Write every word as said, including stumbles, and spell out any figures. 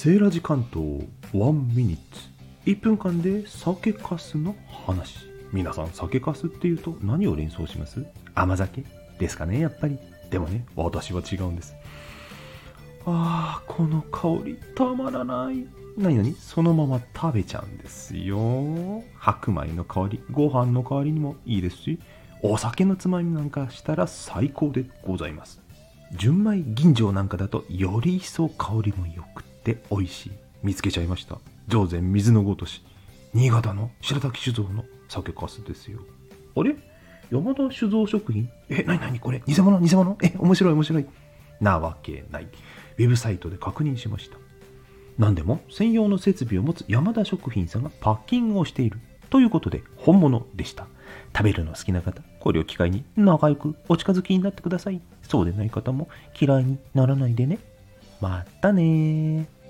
セーラジ関東ワンミニッツいっぷんかんで酒かすの話。皆さん酒かすっていうと何を連想します？甘酒ですかね、やっぱり。でもね、私は違うんです。あー、この香りたまらない。何々そのまま食べちゃうんですよ。白米の代わり、ご飯の代わりにもいいですし、お酒のつまみなんかしたら最高でございます。純米吟醸なんかだとより一層香りも良くって美味しい。見つけちゃいました。上善水のごとし、新潟の白滝酒造の酒粕ですよ。あれ、山田酒造食品、え、なになにこれ、偽物偽物、え、面白い面白い。なわけない。ウェブサイトで確認しました。何でも専用の設備を持つ山田食品さんがパッキングをしているということで本物でした。食べるの好きな方、これを機会に仲良くお近づきになってください。そうでない方も嫌いにならないでね。またねー。